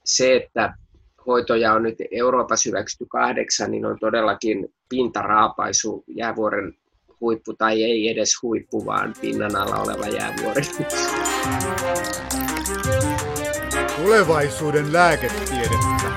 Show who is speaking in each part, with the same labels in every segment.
Speaker 1: se, että hoitoja on nyt Euroopassa hyväksytty 8, niin on todellakin pintaraapaisu, jäävuoren huippu tai ei edes huippu, vaan pinnan alla oleva jäävuori.
Speaker 2: Tulevaisuuden lääketiedettä.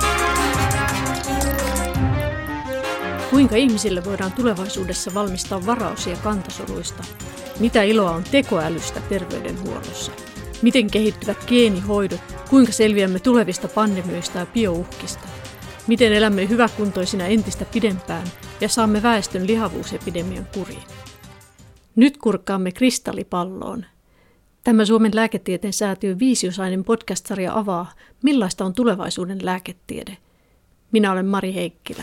Speaker 3: Kuinka ihmisille voidaan tulevaisuudessa valmistaa varausia kantasoluista? Mitä iloa on tekoälystä terveydenhuollossa? Miten kehittyvät geenihoidot? Kuinka selviämme tulevista pandemioista ja biouhkista? Miten elämme hyväkuntoisina entistä pidempään ja saamme väestön lihavuusepidemian kuriin? Nyt kurkkaamme kristallipalloon. Tämä Suomen lääketieteen säätiön 5-osainen podcast-sarja avaa, millaista on tulevaisuuden lääketiede. Minä olen Mari Heikkilä.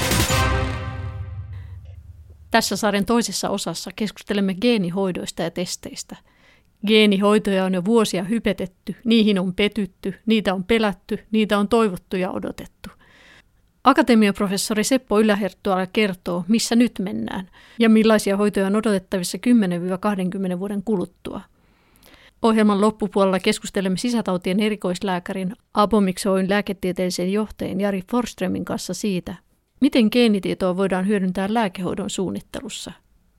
Speaker 3: Tässä sarjan toisessa osassa keskustelemme geenihoidoista ja testeistä. Geenihoitoja on jo vuosia hypetetty, niihin on petytty, niitä on pelätty, niitä on toivottu ja odotettu. Akatemiaprofessori Seppo Ylä-Herttuala kertoo, missä nyt mennään ja millaisia hoitoja on odotettavissa 10-20 vuoden kuluttua. Ohjelman loppupuolella keskustelemme sisätautien erikoislääkärin Apomix Oyn lääketieteellisen johtajan Jari Forsströmin kanssa siitä, miten geenitietoa voidaan hyödyntää lääkehoidon suunnittelussa.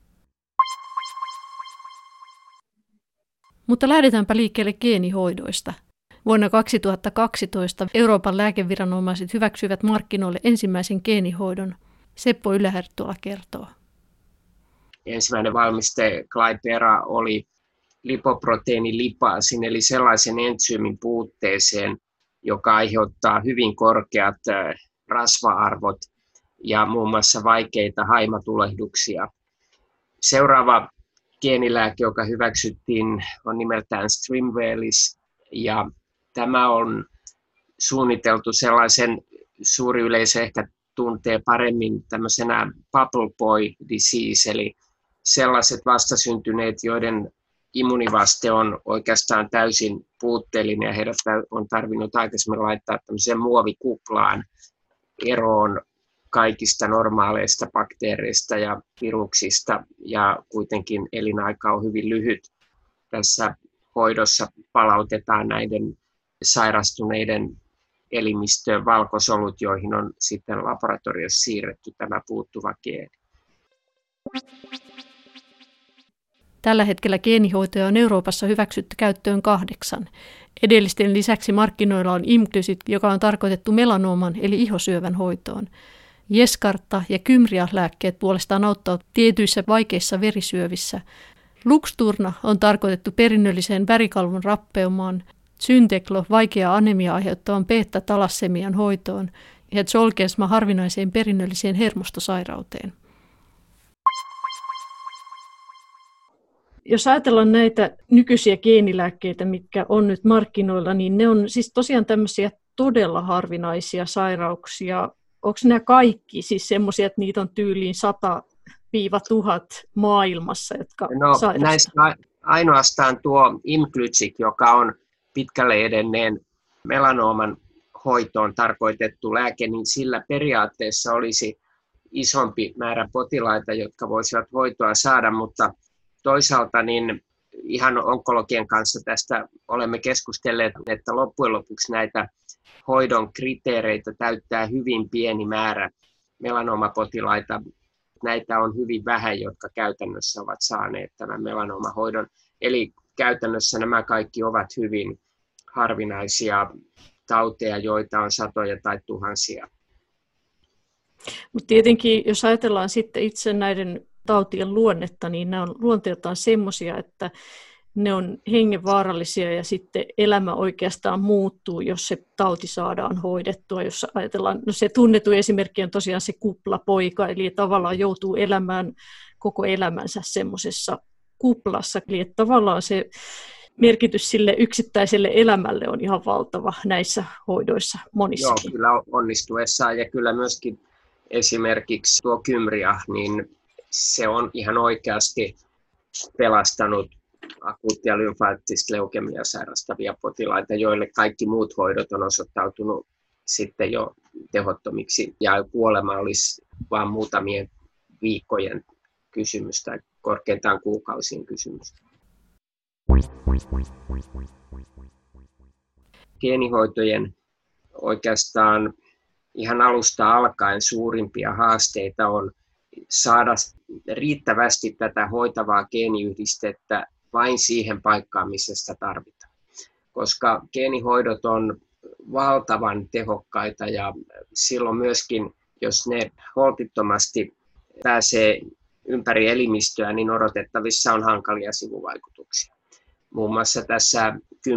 Speaker 3: Mutta lähdetäänpä liikkeelle geenihoidoista. Vuonna 2012 Euroopan lääkeviranomaiset hyväksyivät markkinoille ensimmäisen geenihoidon. Seppo Ylä-Herttuala kertoo.
Speaker 1: Ensimmäinen valmiste Glipera oli lipoproteiinilipaasin, eli sellaisen entsyymin puutteeseen, joka aiheuttaa hyvin korkeat rasva-arvot ja muun muassa vaikeita haimatulehduksia. Seuraava geenilääke, joka hyväksyttiin, on nimeltään Strimvelis, ja tämä on suunniteltu sellaisen, suuri yleisö ehkä tuntee paremmin tämmöisenä bubble boy disease, eli sellaiset vastasyntyneet, joiden immunivaste on oikeastaan täysin puutteellinen, ja heidät on tarvinnut aikaisemmin laittaa tämmöiseen muovikuplaan eroon kaikista normaaleista bakteereista ja viruksista, ja kuitenkin elinaika on hyvin lyhyt. Tässä hoidossa palautetaan näiden sairastuneiden elimistöön valkosolut, joihin on sitten laboratoriossa siirretty tämä puuttuva geeni.
Speaker 3: Tällä hetkellä geenihoitoja on Euroopassa hyväksytty käyttöön 8. Edellisten lisäksi markkinoilla on Imglycit, joka on tarkoitettu melanooman eli ihosyövän hoitoon. Yescarta ja Kymria-lääkkeet puolestaan auttavat tietyissä vaikeissa verisyövissä. Luxturna on tarkoitettu perinnölliseen värikalvon rappeumaan, Zynteglo vaikeaa anemia aiheuttavan beta-talassemian hoitoon ja Zolgensma harvinaiseen perinnölliseen hermostosairauteen. Jos ajatellaan näitä nykyisiä geenilääkkeitä, mitkä on nyt markkinoilla, niin ne on siis tosiaan tämmöisiä todella harvinaisia sairauksia. Onko nämä kaikki siis semmoisia, että niitä on tyyliin 100-1000 maailmassa, jotka sairastavat?
Speaker 1: Näistä ainoastaan tuo Imglycik, joka on pitkälle edenneen melanooman hoitoon tarkoitettu lääke, niin sillä periaatteessa olisi isompi määrä potilaita, jotka voisivat hoitoa saada, mutta toisaalta niin ihan onkologien kanssa tästä olemme keskustelleet, että loppujen lopuksi näitä hoidon kriteereitä täyttää hyvin pieni määrä melanomapotilaita. Näitä on hyvin vähän, jotka käytännössä ovat saaneet tämän melanomahoidon. Eli käytännössä nämä kaikki ovat hyvin harvinaisia tauteja, joita on satoja tai tuhansia.
Speaker 3: Mutta tietenkin, jos ajatellaan sitten itse näiden tautien luonnetta, niin nämä on luonteeltaan semmoisia, että ne on hengenvaarallisia ja sitten elämä oikeastaan muuttuu, jos se tauti saadaan hoidettua. Jos ajatellaan, no se tunnetu esimerkki on tosiaan se kuplapoika, eli tavallaan joutuu elämään koko elämänsä semmoisessa kuplassa. Eli että tavallaan se merkitys sille yksittäiselle elämälle on ihan valtava näissä hoidoissa monissakin.
Speaker 1: Joo, kyllä onnistuessaan ja kyllä myöskin esimerkiksi tuo Kymria, niin se on ihan oikeasti pelastanut akuuttia lymfaattista leukemiaa sairastavia potilaita, joille kaikki muut hoidot on osoittautunut sitten jo tehottomiksi ja kuolema olisi vain muutamien viikkojen kysymys tai korkeintaan kuukausien kysymys. Geenihoitojen oikeastaan ihan alusta alkaen suurimpia haasteita on saada riittävästi tätä hoitavaa geeniyhdistettä vain siihen paikkaan, missä sitä tarvitaan. Koska geenihoidot on valtavan tehokkaita ja silloin myöskin, jos ne holtittomasti pääsee ympäri elimistöä, niin odotettavissa on hankalia sivuvaikutuksia. Muun muassa tässä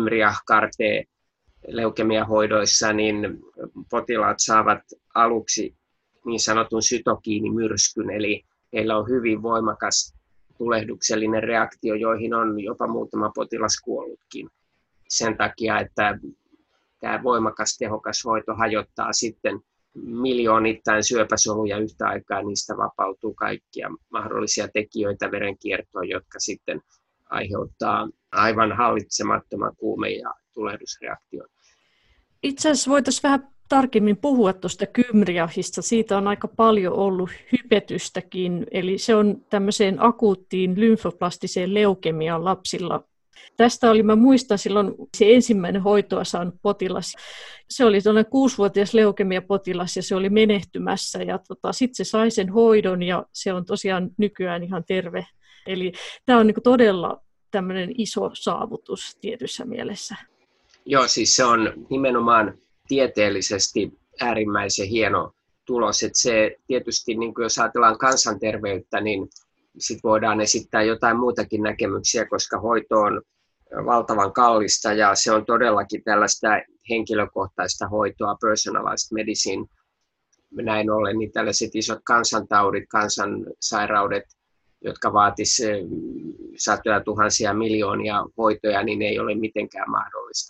Speaker 1: Kymriah-CAR-T-leukemiahoidoissa niin potilaat saavat aluksi niin sanotun sytokiinimyrskyn, eli heillä on hyvin voimakas tulehduksellinen reaktio, joihin on jopa muutama potilas kuollutkin. Sen takia, että tämä voimakas, tehokas hoito hajottaa sitten miljoonittain syöpäsoluja yhtä aikaa, niistä vapautuu kaikkia mahdollisia tekijöitä verenkiertoon, jotka sitten aiheuttaa aivan hallitsemattoman kuume- ja tulehdusreaktion.
Speaker 3: Itse asiassa voitaisiin vähän tarkemmin puhua tuosta Kymriahista. Siitä on aika paljon ollut hypetystäkin, eli se on tämmöiseen akuuttiin lymfoplastiseen leukemiaan lapsilla. Tästä mä muistan silloin se ensimmäinen hoitoa saanut potilas. Se oli tuollainen 6-vuotias leukemiapotilas ja se oli menehtymässä ja sitten se sai sen hoidon ja se on tosiaan nykyään ihan terve. Eli tämä on todella tämmöinen iso saavutus tietyssä mielessä.
Speaker 1: Joo, siis se on nimenomaan tieteellisesti äärimmäisen hieno tulos. Että se tietysti, niin jos ajatellaan kansanterveyttä, niin sit voidaan esittää jotain muutakin näkemyksiä, koska hoito on valtavan kallista ja se on todellakin tällaista henkilökohtaista hoitoa, personalized medicine. Näin ollen niin tällaiset isot kansantaudit, kansansairaudet, jotka vaatisivat satoja tuhansia miljoonia hoitoja, niin ei ole mitenkään mahdollista.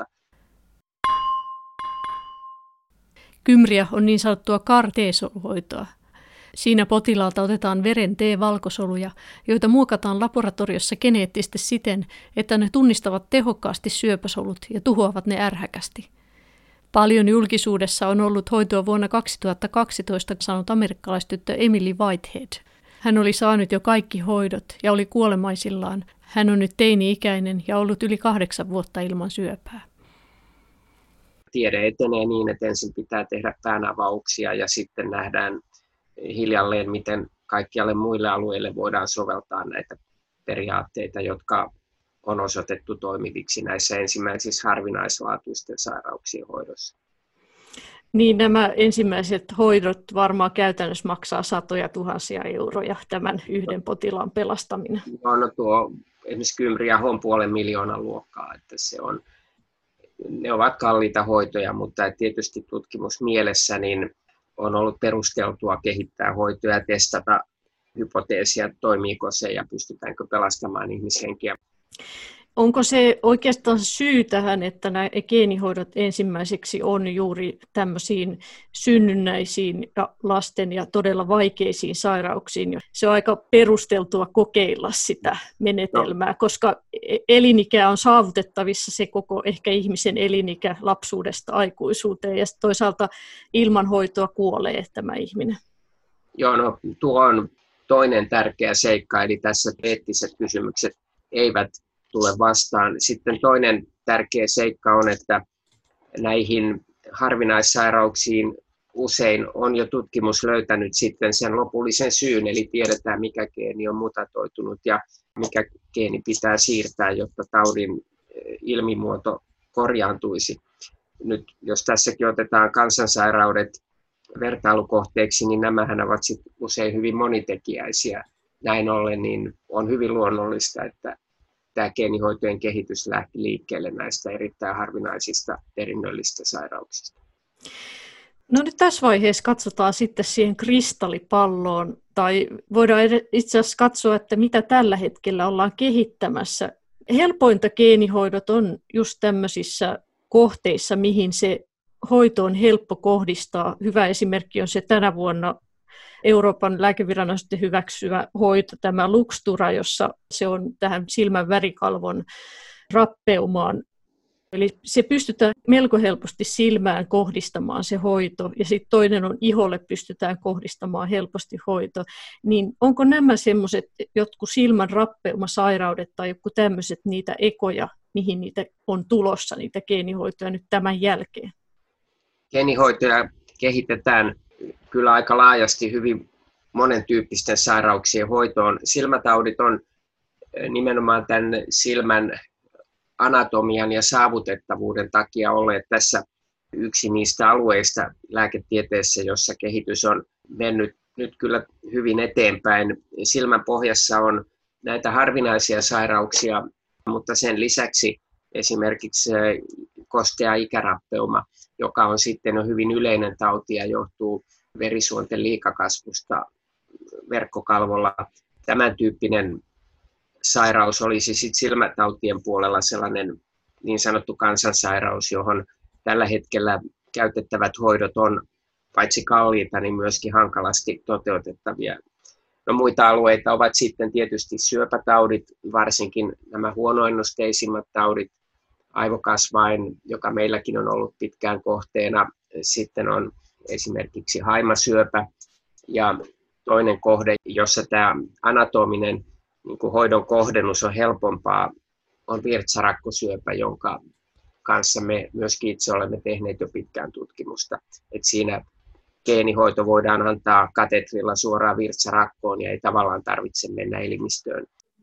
Speaker 3: Kymriah on niin sanottua CAR-T-soluhoitoa. Siinä potilaalta otetaan veren T-valkosoluja, joita muokataan laboratoriossa geneettisesti siten, että ne tunnistavat tehokkaasti syöpäsolut ja tuhoavat ne ärhäkästi. Paljon julkisuudessa on ollut hoitoa vuonna 2012 saanut amerikkalaistyttö Emily Whitehead. Hän oli saanut jo kaikki hoidot ja oli kuolemaisillaan. Hän on nyt teini-ikäinen ja ollut yli 8 vuotta ilman syöpää.
Speaker 1: Tiede etenee niin, että ensin pitää tehdä päänavauksia ja sitten nähdään hiljalleen, miten kaikkialle muille alueille voidaan soveltaa näitä periaatteita, jotka on osoitettu toimiviksi näissä ensimmäisissä harvinaislaatuisten sairauksien hoidossa.
Speaker 3: Niin nämä ensimmäiset hoidot varmaan käytännössä maksaa satoja tuhansia euroja, tämän yhden potilaan pelastaminen.
Speaker 1: No tuo esimerkiksi Kymriah on 500 000 luokkaa, että ne ovat kalliita hoitoja, mutta tietysti tutkimusmielessä niin on ollut perusteltua kehittää hoitoja ja testata hypoteesia, toimiiko se ja pystytäänkö pelastamaan ihmishenkiä.
Speaker 3: Onko se oikeastaan syy tähän, että nämä geenihoidot ensimmäiseksi on juuri tämmöisiin synnynnäisiin ja lasten ja todella vaikeisiin sairauksiin? Se on aika perusteltua kokeilla sitä menetelmää, koska elinikä on saavutettavissa se koko ehkä ihmisen elinikä lapsuudesta aikuisuuteen ja toisaalta ilman hoitoa kuolee tämä ihminen.
Speaker 1: Joo, no tuo on toinen tärkeä seikka, eli tässä eettiset kysymykset eivät tule vastaan. Sitten toinen tärkeä seikka on, että näihin harvinaissairauksiin usein on jo tutkimus löytänyt sitten sen lopullisen syyn, eli tiedetään mikä geeni on mutatoitunut ja mikä geeni pitää siirtää, jotta taudin ilmimuoto korjaantuisi. Nyt jos tässäkin otetaan kansansairaudet vertailukohteeksi, niin nämähän ovat sitten usein hyvin monitekijäisiä. Näin ollen niin on hyvin luonnollista, että tämä geenihoitojen kehitys lähti liikkeelle näistä erittäin harvinaisista perinnöllisistä sairauksista.
Speaker 3: No nyt tässä vaiheessa katsotaan sitten siihen kristallipalloon, tai voidaan itse asiassa katsoa, että mitä tällä hetkellä ollaan kehittämässä. Helpointa geenihoidot on just tämmöisissä kohteissa, mihin se hoito on helppo kohdistaa. Hyvä esimerkki on se tänä vuonna Euroopan lääkeviranomaisten hyväksyvä hoito, tämä Luxturna, jossa se on tähän silmän värikalvon rappeumaan. Eli se pystytään melko helposti silmään kohdistamaan se hoito, ja sitten toinen on iholle pystytään kohdistamaan helposti hoito. Niin onko nämä semmoiset jotkut silmän rappeumasairaudet tai joku tämmöiset niitä ekoja, mihin niitä on tulossa, niitä geenihoitoja nyt tämän jälkeen?
Speaker 1: Geenihoitoja kehitetään kyllä aika laajasti hyvin monen tyyppisten sairauksien hoitoon. Silmätaudit on nimenomaan tämän silmän anatomian ja saavutettavuuden takia olleet tässä yksi niistä alueista lääketieteessä, jossa kehitys on mennyt nyt kyllä hyvin eteenpäin. Silmän pohjassa on näitä harvinaisia sairauksia, mutta sen lisäksi esimerkiksi kostea ikärappeuma, joka on sitten jo hyvin yleinen tauti ja johtuu verisuonten liikakasvusta verkkokalvolla. Tämän tyyppinen sairaus olisi sitten silmätautien puolella sellainen niin sanottu kansansairaus, johon tällä hetkellä käytettävät hoidot on paitsi kalliita, niin myöskin hankalasti toteutettavia. No, muita alueita ovat sitten tietysti syöpätaudit, varsinkin nämä huonoennusteisimmat taudit, aivokasvain, joka meilläkin on ollut pitkään kohteena. Sitten on esimerkiksi haimasyöpä ja toinen kohde, jossa tämä anatominen hoidon kohdennus on helpompaa, on virtsarakkosyöpä, jonka kanssa me myöskin itse olemme tehneet jo pitkään tutkimusta. Et siinä geenihoito voidaan antaa katetrilla suoraan virtsarakkoon ja ei tavallaan tarvitse mennä elimistöön.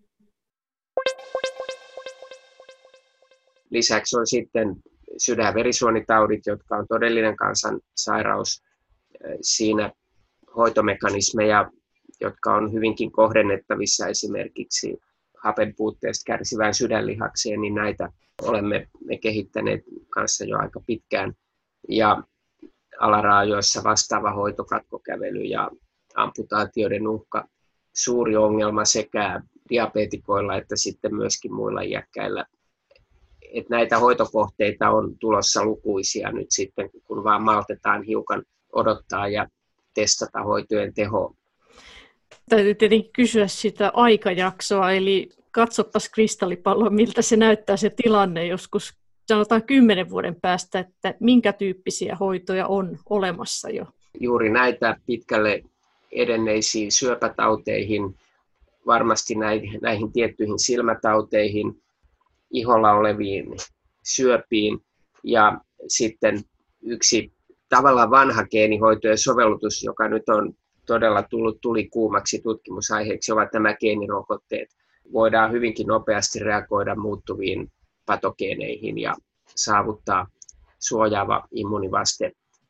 Speaker 1: Lisäksi on sitten sydän- ja verisuonitaudit, jotka on todellinen kansansairaus. Siinä hoitomekanismeja, jotka on hyvinkin kohdennettavissa esimerkiksi hapenpuutteesta kärsivään sydänlihakseen, niin näitä olemme me kehittäneet kanssa jo aika pitkään. Ja alaraajoissa vastaava hoitokatkokävely ja amputaatioiden uhka, suuri ongelma sekä diabeetikoilla että sitten myöskin muilla iäkkäillä. Et näitä hoitokohteita on tulossa lukuisia nyt sitten, kun vaan maltetaan hiukan odottaa ja testata hoitojen tehoa.
Speaker 3: Täytyy tietenkin kysyä sitä aikajaksoa, eli katsopas kristallipalloa, miltä se näyttää se tilanne joskus, sanotaan 10 vuoden päästä, että minkä tyyppisiä hoitoja on olemassa jo.
Speaker 1: Juuri näitä pitkälle edenneisiin syöpätauteihin, varmasti näihin tiettyihin silmätauteihin, iholla oleviin syöpiin ja sitten yksi tavallaan vanha geenihoitojen sovellutus, joka nyt on todella tuli kuumaksi tutkimusaiheeksi, ovat nämä geenirokotteet. Voidaan hyvinkin nopeasti reagoida muuttuviin patogeeneihin ja saavuttaa suojaava immunivaste.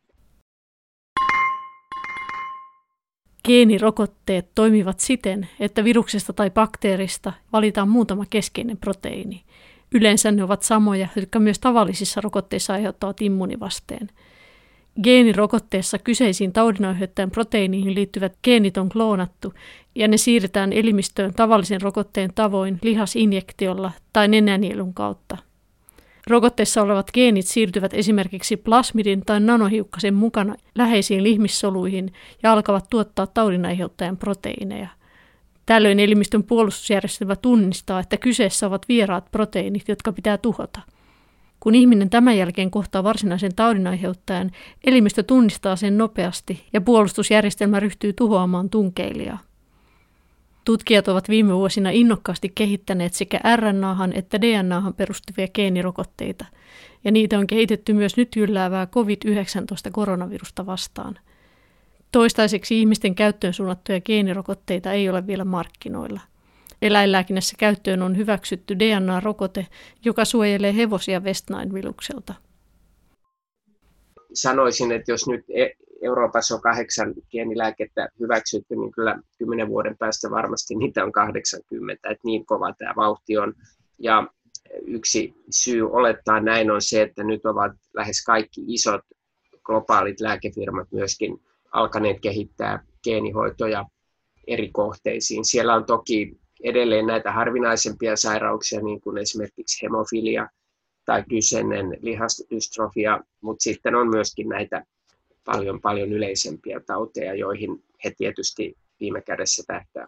Speaker 3: Geenirokotteet toimivat siten, että viruksesta tai bakteerista valitaan muutama keskeinen proteiini. Yleensä ne ovat samoja, jotka myös tavallisissa rokotteissa aiheuttavat immunivasteen. Geenirokotteessa kyseisiin taudinaiheuttajan proteiiniin liittyvät geenit on kloonattu ja ne siirretään elimistöön tavallisen rokotteen tavoin lihasinjektiolla tai nenänielun kautta. Rokotteessa olevat geenit siirtyvät esimerkiksi plasmidin tai nanohiukkasen mukana läheisiin ihmissoluihin ja alkavat tuottaa taudinaiheuttajan proteiineja. Tällöin elimistön puolustusjärjestelmä tunnistaa, että kyseessä ovat vieraat proteiinit, jotka pitää tuhota. Kun ihminen tämän jälkeen kohtaa varsinaisen taudinaiheuttajan, elimistö tunnistaa sen nopeasti ja puolustusjärjestelmä ryhtyy tuhoamaan tunkeilijaa. Tutkijat ovat viime vuosina innokkaasti kehittäneet sekä RNA:han että DNA:han perustuvia geenirokotteita, ja niitä on kehitetty myös nyt jylläävää COVID-19-koronavirusta vastaan. Toistaiseksi ihmisten käyttöön suunnattuja geenirokotteita ei ole vielä markkinoilla. Eläinlääkinnässä käyttöön on hyväksytty DNA-rokote, joka suojelee hevosia West Nile-virukselta.
Speaker 1: Sanoisin, että jos nyt Euroopassa on 8 geenilääkettä hyväksytty, niin kyllä 10 vuoden päästä varmasti niitä on 80, että niin kova tämä vauhti on. Ja yksi syy olettaa näin on se, että nyt ovat lähes kaikki isot globaalit lääkefirmat myöskin alkaneet kehittää geenihoitoja eri kohteisiin. Siellä on toki edelleen näitä harvinaisempia sairauksia, niin kuin esimerkiksi hemofilia tai Duchennen lihasdystrofia, mutta sitten on myöskin näitä paljon yleisempiä tauteja, joihin he tietysti viime kädessä tähtäävät.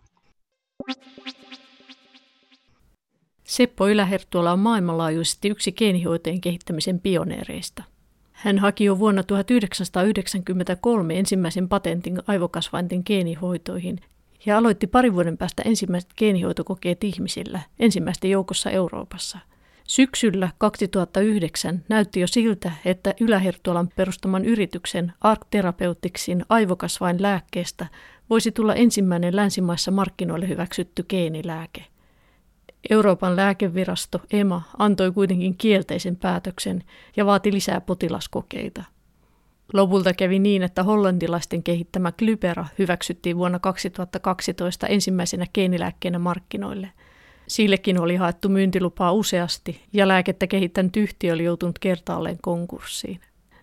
Speaker 3: Seppo Yläherttuala on maailmanlaajuisesti yksi geenihoitojen kehittämisen pioneereista. Hän haki jo vuonna 1993 ensimmäisen patentin aivokasvainten geenihoitoihin ja aloitti 2 vuoden päästä ensimmäiset geenihoitokokeet ihmisillä, ensimmäisten joukossa Euroopassa. Syksyllä 2009 näytti jo siltä, että Ylä-Herttualan perustaman yrityksen Arc Therapeutics'in aivokasvain lääkkeestä voisi tulla ensimmäinen länsimaissa markkinoille hyväksytty geenilääke. Euroopan lääkevirasto EMA antoi kuitenkin kielteisen päätöksen ja vaati lisää potilaskokeita. Lopulta kävi niin, että hollantilaisten kehittämä Glypera hyväksyttiin vuonna 2012 ensimmäisenä geenilääkkeenä markkinoille. Sillekin oli haettu myyntilupaa useasti ja lääkettä kehittänyt yhtiö oli joutunut kertaalleen konkurssiin.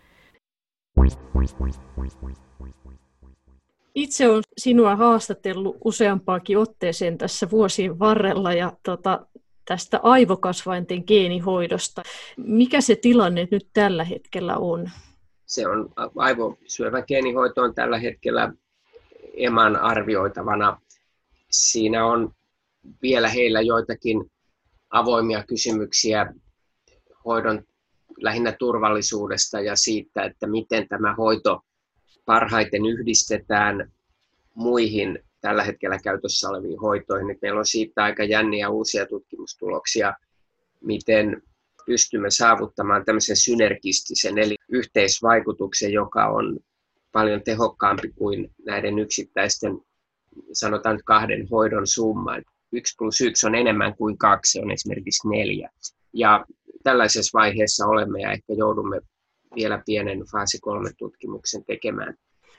Speaker 3: Itse olen sinua haastatellut useampaakin otteeseen tässä vuosien varrella ja tästä aivokasvainten geenihoidosta. Mikä se tilanne nyt tällä hetkellä on?
Speaker 1: Se on aivosyövän geenihoito on tällä hetkellä EMAn arvioitavana. Siinä on vielä heillä joitakin avoimia kysymyksiä hoidon lähinnä turvallisuudesta ja siitä, että miten tämä hoito parhaiten yhdistetään muihin tällä hetkellä käytössä oleviin hoitoihin. Nyt meillä on siitä aika jänniä uusia tutkimustuloksia, miten pystymme saavuttamaan tämmöisen synergistisen eli yhteisvaikutuksen, joka on paljon tehokkaampi kuin näiden yksittäisten, sanotaan 2 hoidon summa. 1+1 on enemmän kuin 2, se on esimerkiksi 4. Ja tällaisessa vaiheessa olemme ja ehkä joudumme vielä pienen faasi 3-tutkimuksen tekemään.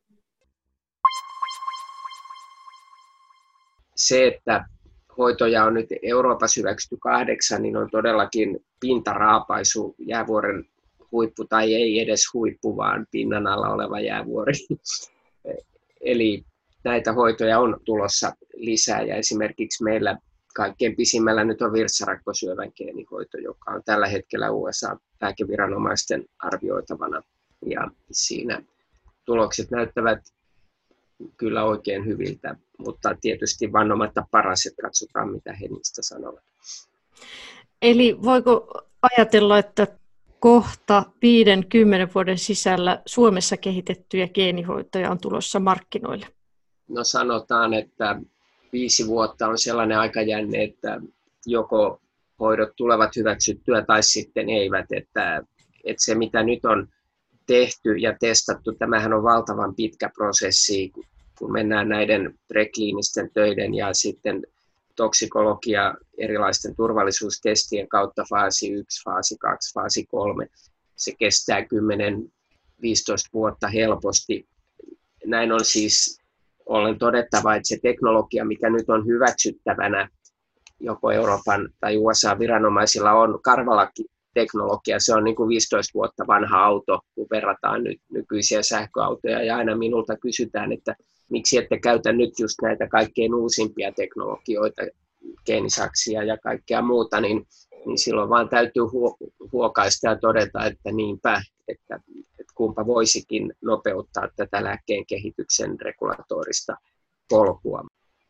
Speaker 1: Se, että hoitoja on nyt Euroopassa hyväksytty 8, niin on todellakin pintaraapaisu, jäävuoren huippu tai ei edes huippu, vaan pinnan alla oleva jäävuori. Eli näitä hoitoja on tulossa lisää ja esimerkiksi meillä kaikkein pisimmällä nyt on virtsarakkosyövän geenihoito, joka on tällä hetkellä USA-lääkeviranomaisten arvioitavana. Ja siinä tulokset näyttävät kyllä oikein hyviltä, mutta tietysti vannomatta paras, että katsotaan mitä he niistä sanovat.
Speaker 3: Eli voiko ajatella, että kohta 5-10 vuoden sisällä Suomessa kehitettyjä geenihoitoja on tulossa markkinoille?
Speaker 1: No sanotaan, että 5 vuotta on sellainen aikajänne, että joko hoidot tulevat hyväksyttyä tai sitten eivät. Että se mitä nyt on tehty ja testattu, tämähän on valtavan pitkä prosessi, kun mennään näiden prekliinisten töiden ja sitten toksikologia erilaisten turvallisuustestien kautta faasi 1, faasi 2, faasi 3. Se kestää 10-15 vuotta helposti. Näin on siis ollen todettava, että se teknologia, mikä nyt on hyväksyttävänä, joko Euroopan tai USA-viranomaisilla on karvalakki-teknologia, se on niin kuin 15 vuotta vanha auto, kun verrataan nyt nykyisiä sähköautoja, ja aina minulta kysytään, että miksi ette käytä nyt just näitä kaikkein uusimpia teknologioita, geenisaksia ja kaikkea muuta, niin silloin vaan täytyy huokaista ja todeta, että niinpä, että kumpa voisikin nopeuttaa tätä lääkkeen kehityksen regulatorista polkua.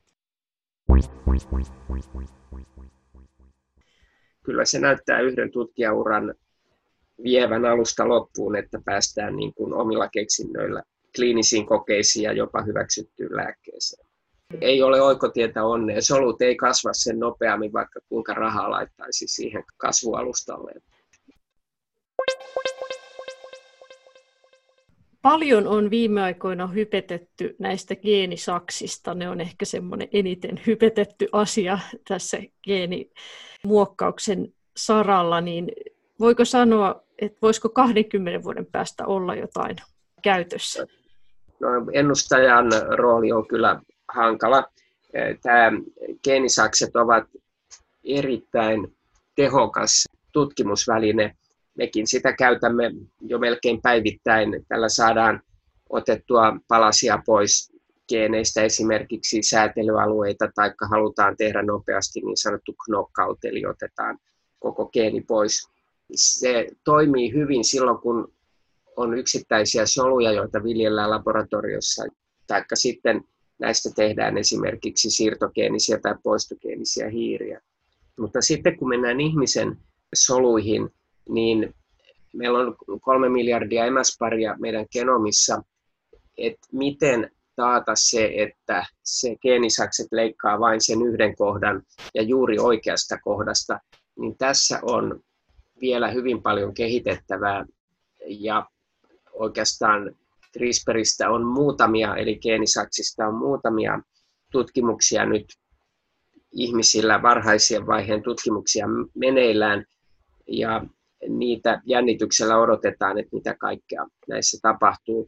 Speaker 1: Kyllä se näyttää yhden tutkijauran vievän alusta loppuun, että päästään niin kuin omilla keksinnöillä kliinisiin kokeisiin ja jopa hyväksyttyyn lääkkeeseen. Ei ole oikotietä onnea. Solut ei kasva sen nopeammin, vaikka kuinka rahaa laittaisi siihen kasvualustalleen.
Speaker 3: Paljon on viime aikoina hypetetty näistä geenisaksista. Ne on ehkä semmoinen eniten hypetetty asia tässä geenimuokkauksen saralla. Niin voiko sanoa, että voisiko 20 vuoden päästä olla jotain käytössä?
Speaker 1: No, ennustajan rooli on kyllä hankala. Tämä geenisakset ovat erittäin tehokas tutkimusväline. Mekin sitä käytämme jo melkein päivittäin. Tällä saadaan otettua palasia pois geeneistä, esimerkiksi säätelyalueita, tai halutaan tehdä nopeasti niin sanottu knockout, eli otetaan koko geeni pois. Se toimii hyvin silloin, kun on yksittäisiä soluja, joita viljellään laboratoriossa, tai sitten näistä tehdään esimerkiksi siirtogeenisiä tai poistogeenisiä hiiriä. Mutta sitten kun mennään ihmisen soluihin, niin meillä on 3 miljardia emäsparia meidän genomissa, että miten taata se, että se geenisakset leikkaa vain sen yhden kohdan ja juuri oikeasta kohdasta. niin tässä on vielä hyvin paljon kehitettävää ja oikeastaan CRISPRistä on muutamia, eli geenisaksista on muutamia tutkimuksia nyt ihmisillä, varhaisien vaiheen tutkimuksia meneillään, ja niitä jännityksellä odotetaan, että mitä kaikkea näissä tapahtuu.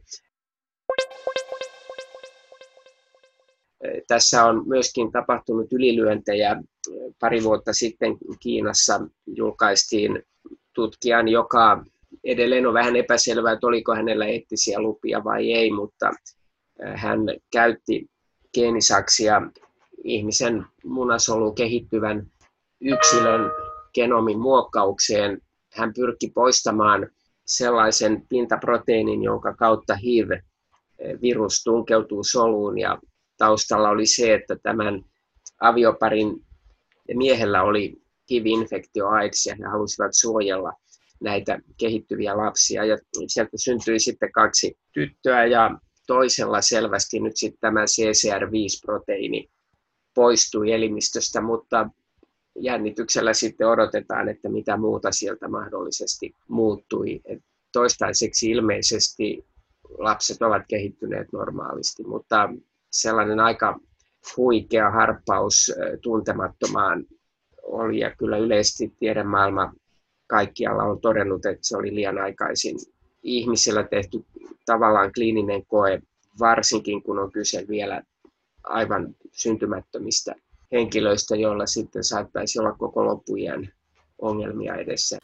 Speaker 1: Tässä on myöskin tapahtunut ylilyöntejä. Pari vuotta sitten Kiinassa julkaistiin tutkijan, joka edelleen on vähän epäselvää, että oliko hänellä eettisiä lupia vai ei, mutta hän käytti geenisaksia ihmisen munasoluun kehittyvän yksilön genomin muokkaukseen. Hän pyrki poistamaan sellaisen pintaproteiinin, jonka kautta HIV-virus tunkeutuu soluun, ja taustalla oli se, että tämän avioparin miehellä oli HIV-infektio AIDS ja he halusivat suojella näitä kehittyviä lapsia. Ja sieltä syntyi sitten 2 tyttöä ja toisella selvästi nyt sitten tämä CCR5-proteiini poistui elimistöstä, mutta jännityksellä sitten odotetaan, että mitä muuta sieltä mahdollisesti muuttui. Et toistaiseksi ilmeisesti lapset ovat kehittyneet normaalisti, mutta sellainen aika huikea harppaus tuntemattomaan oli, ja kyllä yleisesti tiedemaailma kaikkialla on todennut, että se oli liian aikaisin ihmisillä tehty tavallaan kliininen koe, varsinkin kun on kyse vielä aivan syntymättömistä henkilöistä, joilla sitten saattaisi olla koko loppuiän ongelmia edessä.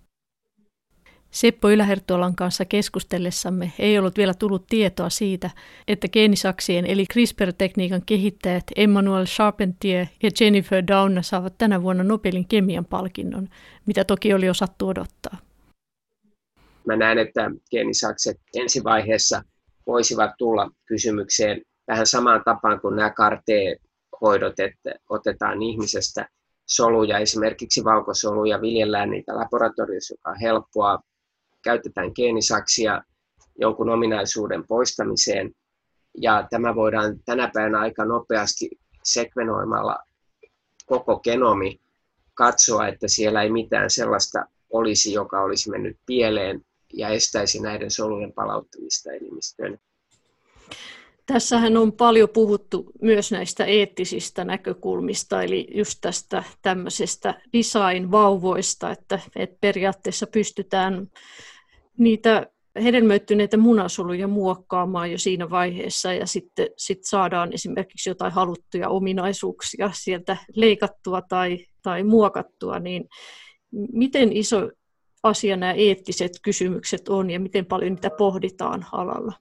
Speaker 3: Seppo Yläherttualan kanssa keskustellessamme ei ollut vielä tullut tietoa siitä, että geenisaksien eli CRISPR-tekniikan kehittäjät Emmanuel Charpentier ja Jennifer Doudna saavat tänä vuonna Nobelin kemian palkinnon, mitä toki oli osattu odottaa.
Speaker 1: Mä näen, että geenisakset ensivaiheessa voisivat tulla kysymykseen vähän samaan tapaan kuin nämä CAR-T-hoidot, että otetaan ihmisestä soluja, esimerkiksi valkosoluja, viljellään niitä laboratoriossa, joka on helppoa, käytetään geenisaksia jonkun ominaisuuden poistamiseen, ja tämä voidaan tänä päivänä aika nopeasti sekvenoimalla koko genomi katsoa, että siellä ei mitään sellaista olisi, joka olisi mennyt pieleen ja estäisi näiden solujen palauttamista elimistöön.
Speaker 3: Tässähän on paljon puhuttu myös näistä eettisistä näkökulmista, eli just tästä tämmöisestä design-vauvoista, että periaatteessa pystytään niitä hedelmöittyneitä munasoluja muokkaamaan jo siinä vaiheessa, ja sitten saadaan esimerkiksi jotain haluttuja ominaisuuksia sieltä leikattua tai muokattua, niin miten iso asia nämä eettiset kysymykset on ja miten paljon niitä pohditaan alalla?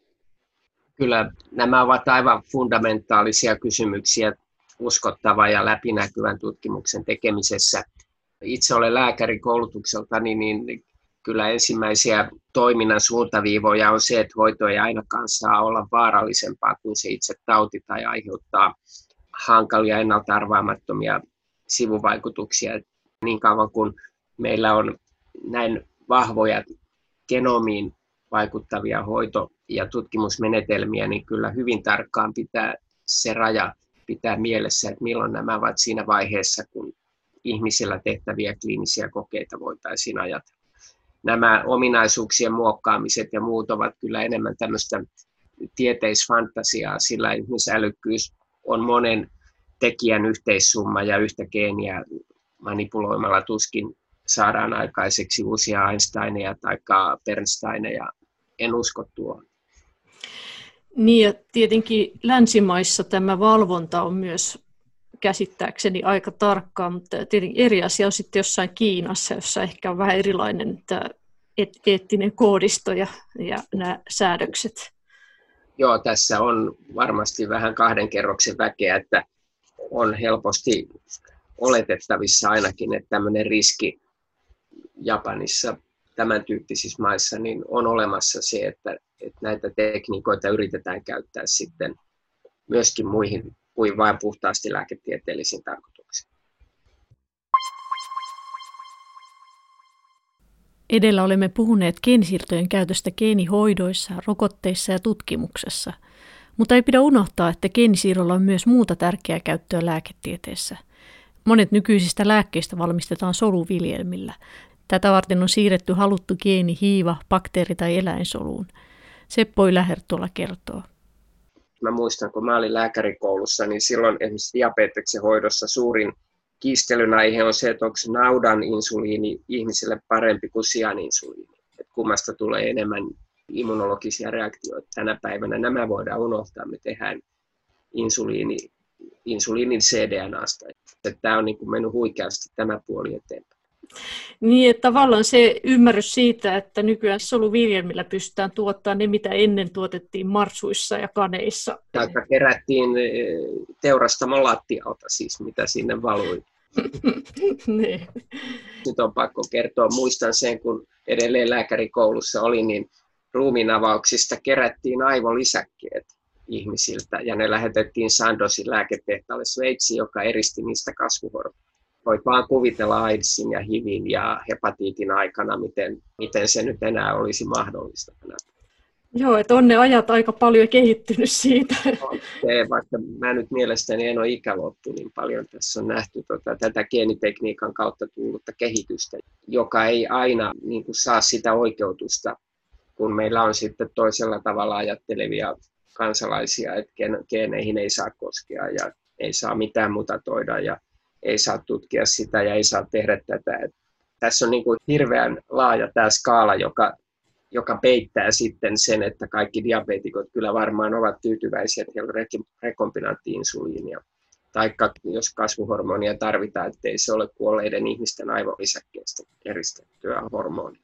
Speaker 1: Kyllä nämä ovat aivan fundamentaalisia kysymyksiä uskottavan ja läpinäkyvän tutkimuksen tekemisessä. Itse olen lääkäri koulutukseltani, niin kyllä ensimmäisiä toiminnan suuntaviivoja on se, että hoito ei ainakaan saa olla vaarallisempaa kuin se itse tauti tai aiheuttaa hankalia ennalta-arvaamattomia sivuvaikutuksia. Niin kauan kuin meillä on näin vahvoja genomiin vaikuttavia hoito- ja tutkimusmenetelmiä, niin kyllä hyvin tarkkaan pitää se raja pitää mielessä, että milloin nämä ovat siinä vaiheessa, kun ihmisillä tehtäviä kliinisiä kokeita voitaisiin ajatella. Nämä ominaisuuksien muokkaamiset ja muut ovat kyllä enemmän tämmöistä tieteisfantasiaa, sillä ihmisälykkyys on monen tekijän yhteissumma ja yhtä geeniä manipuloimalla tuskin saadaan aikaiseksi uusia Einsteineja tai Bernsteineja. En usko tuohon.
Speaker 3: Niin, ja tietenkin länsimaissa tämä valvonta on myös käsittääkseni aika tarkkaa, mutta tietenkin eri asia on sitten jossain Kiinassa, jossa ehkä on vähän erilainen tämä eettinen koodisto ja nämä säädökset.
Speaker 1: Joo, tässä on varmasti vähän 2 kerroksen väkeä, että on helposti oletettavissa ainakin, että tämmöinen riski Japanissa, tämän tyyppisissä maissa, niin on olemassa se, että näitä tekniikoita yritetään käyttää sitten myöskin muihin kuin vain puhtaasti lääketieteellisiin tarkoituksiin.
Speaker 3: Edellä olemme puhuneet geenisiirtojen käytöstä geenihoidoissa, rokotteissa ja tutkimuksessa, mutta ei pidä unohtaa, että geenisiirrolla on myös muuta tärkeää käyttöä lääketieteessä. Monet nykyisistä lääkkeistä valmistetaan soluviljelmillä. Tätä varten on siirretty haluttu geeni hiiva, bakteeri- tai eläinsoluun. Seppo Yläherttola kertoo.
Speaker 1: Mä muistan, kun mä olin lääkärikoulussa, niin silloin esimerkiksi diabeteksen hoidossa suurin kiistelyn aihe on se, että onko naudan insuliini ihmisille parempi kuin sian insuliini. Että kummasta tulee enemmän immunologisia reaktioita tänä päivänä. Nämä voidaan unohtaa. Me tehdään insuliinin cDNAsta. Tämä on niin kuin mennyt huikeasti tämä puoli eteenpäin.
Speaker 3: Niin, että tavallaan se ymmärrys siitä, että nykyään soluviljelmillä pystytään tuottamaan ne, mitä ennen tuotettiin marsuissa ja kaneissa.
Speaker 1: Taikka kerättiin teurastamon lattialta, siis mitä sinne valui.
Speaker 3: Niin.
Speaker 1: Nyt on pakko kertoa. Muistan sen, kun edelleen lääkärikoulussa oli, niin ruumiinavauksista kerättiin aivolisäkkeet ihmisiltä ja ne lähetettiin Sandosin lääketehtaalle Sveitsiin, joka eristi niistä kasvuhormoneja. Voit vaan kuvitella AIDSin ja HIVin ja hepatiitin aikana, miten se nyt enää olisi mahdollista.
Speaker 3: Joo, että on ne ajat aika paljon kehittynyt siitä.
Speaker 1: Vaikka mä nyt mielestäni en ole ikäluoktu niin paljon, tässä on nähty tätä geenitekniikan kautta tullutta kehitystä, joka ei aina niin kuin saa sitä oikeutusta, kun meillä on sitten toisella tavalla ajattelevia kansalaisia, että geeneihin ei saa koskea ja ei saa mitään mutatoida ja ei saa tutkia sitä ja ei saa tehdä tätä. Tässä on niin kuin hirveän laaja tämä skaala, joka peittää sitten sen, että kaikki diabeetikot kyllä varmaan ovat tyytyväisiä, että heillä on rekombinaatti-insuliinia. Taikka jos kasvuhormonia tarvitaan, ettei se ole kuolleiden ihmisten aivolisäkkeestä eristettyä hormonia.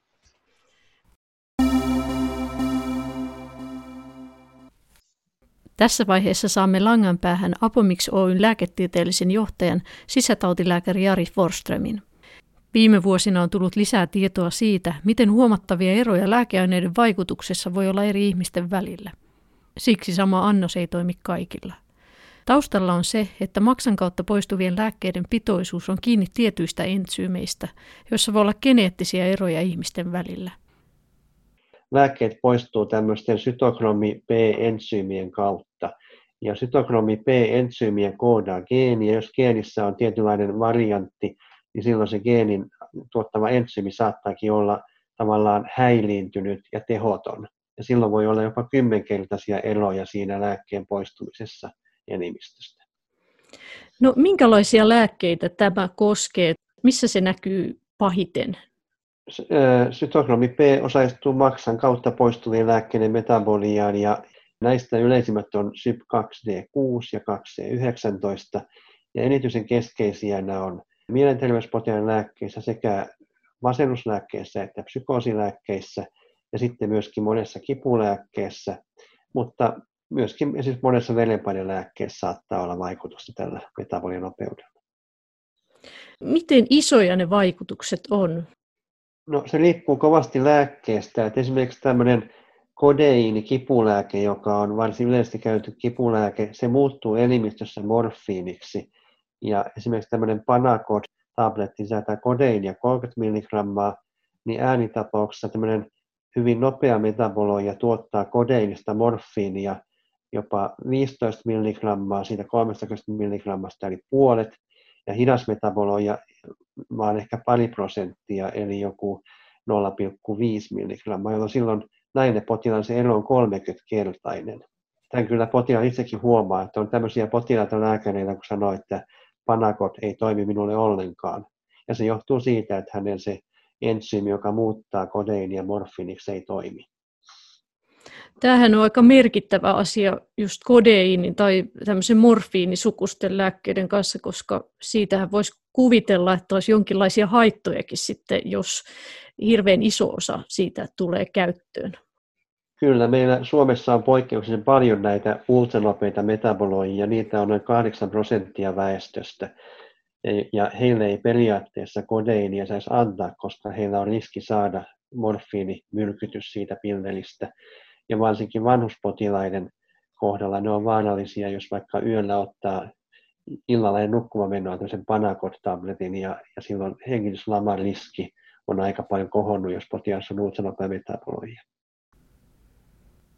Speaker 3: Tässä vaiheessa saamme langan päähän Apomix Oyn lääketieteellisen johtajan sisätautilääkäri Jari Forsströmin. Viime vuosina on tullut lisää tietoa siitä, miten huomattavia eroja lääkeaineiden vaikutuksessa voi olla eri ihmisten välillä. Siksi sama annos ei toimi kaikilla. Taustalla on se, että maksan kautta poistuvien lääkkeiden pitoisuus on kiinni tietyistä entsyymeistä, joissa voi olla geneettisiä eroja ihmisten välillä.
Speaker 4: Lääkkeet poistuu tämmöisten cytokromi B-entsyymien kautta. Ja cytokromi B-entsyymiä koodaa geeni, ja jos geenissä on tietynlainen variantti, niin silloin se geenin tuottama entsyymi saattaakin olla tavallaan häiliintynyt ja tehoton. Ja silloin voi olla jopa 10-kertaisia eroja siinä lääkkeen poistumisessa elimistöstä.
Speaker 3: No minkälaisia lääkkeitä tämä koskee? Missä se näkyy pahiten?
Speaker 4: Cytokromi B osallistuu maksan kautta poistuvien lääkkeiden metaboliaan ja näistä yleisimmät on CYP2D6 ja 2C19 ja erityisen keskeisiä nämä on mielenterveyspotilaan lääkkeissä sekä masennuslääkkeissä että psykoosilääkkeissä ja sitten myöskin monessa kipulääkkeessä, mutta myöskin esimerkiksi monessa verenpainelääkkeessä saattaa olla vaikutusta tällä metabolinopeudella.
Speaker 3: Miten isoja ne vaikutukset on?
Speaker 4: No se riippuu kovasti lääkkeestä. Että esimerkiksi tämmöinen kodeiini-kipulääke, joka on varsin yleisesti käytetty kipulääke, se muuttuu elimistössä morfiiniksi. Ja esimerkiksi tämmöinen Panacod-tabletti sisältää kodeiinia 30 mg, niin äänitapauksessa tämmöinen hyvin nopea metaboloija tuottaa kodeiinista morfiinia jopa 15 mg, siitä 30 mg eli puolet, ja hidas metaboloija vaan ehkä pari prosenttia, eli joku 0,5 mg, jolloin silloin näille potilaille se ero on 30-kertainen. Tämän kyllä potilaan itsekin huomaa, että on tämmöisiä potilaita lääkäreillä, kun sanoo, että Panacod ei toimi minulle ollenkaan. Ja se johtuu siitä, että hänellä se entsyymi, joka muuttaa kodeiinia morfiiniksi, ei toimi.
Speaker 3: Tämähän on aika merkittävä asia just kodeiinin tai tämmöisen morfiinisukusten lääkkeiden kanssa, koska siitähän voisi kuvitella, että olisi jonkinlaisia haittojakin sitten, jos hirveän iso osa siitä tulee käyttöön.
Speaker 4: Kyllä, meillä Suomessa on poikkeuksellisen paljon näitä ultranopeita metaboloijia, niitä on noin 8% väestöstä. Ja heille ei periaatteessa kodeiinia saisi antaa, koska heillä on riski saada morfiinimyrkytys siitä pilleristä. Ja varsinkin vanhuspotilaiden kohdalla ne on vaarallisia, jos vaikka yöllä ottaa illalla ja nukkumaan menoa tämmöisen Panacod-tabletin ja silloin hengityslaman riski on aika paljon kohonnut, jos potilaassa on ultranopea metaboloija.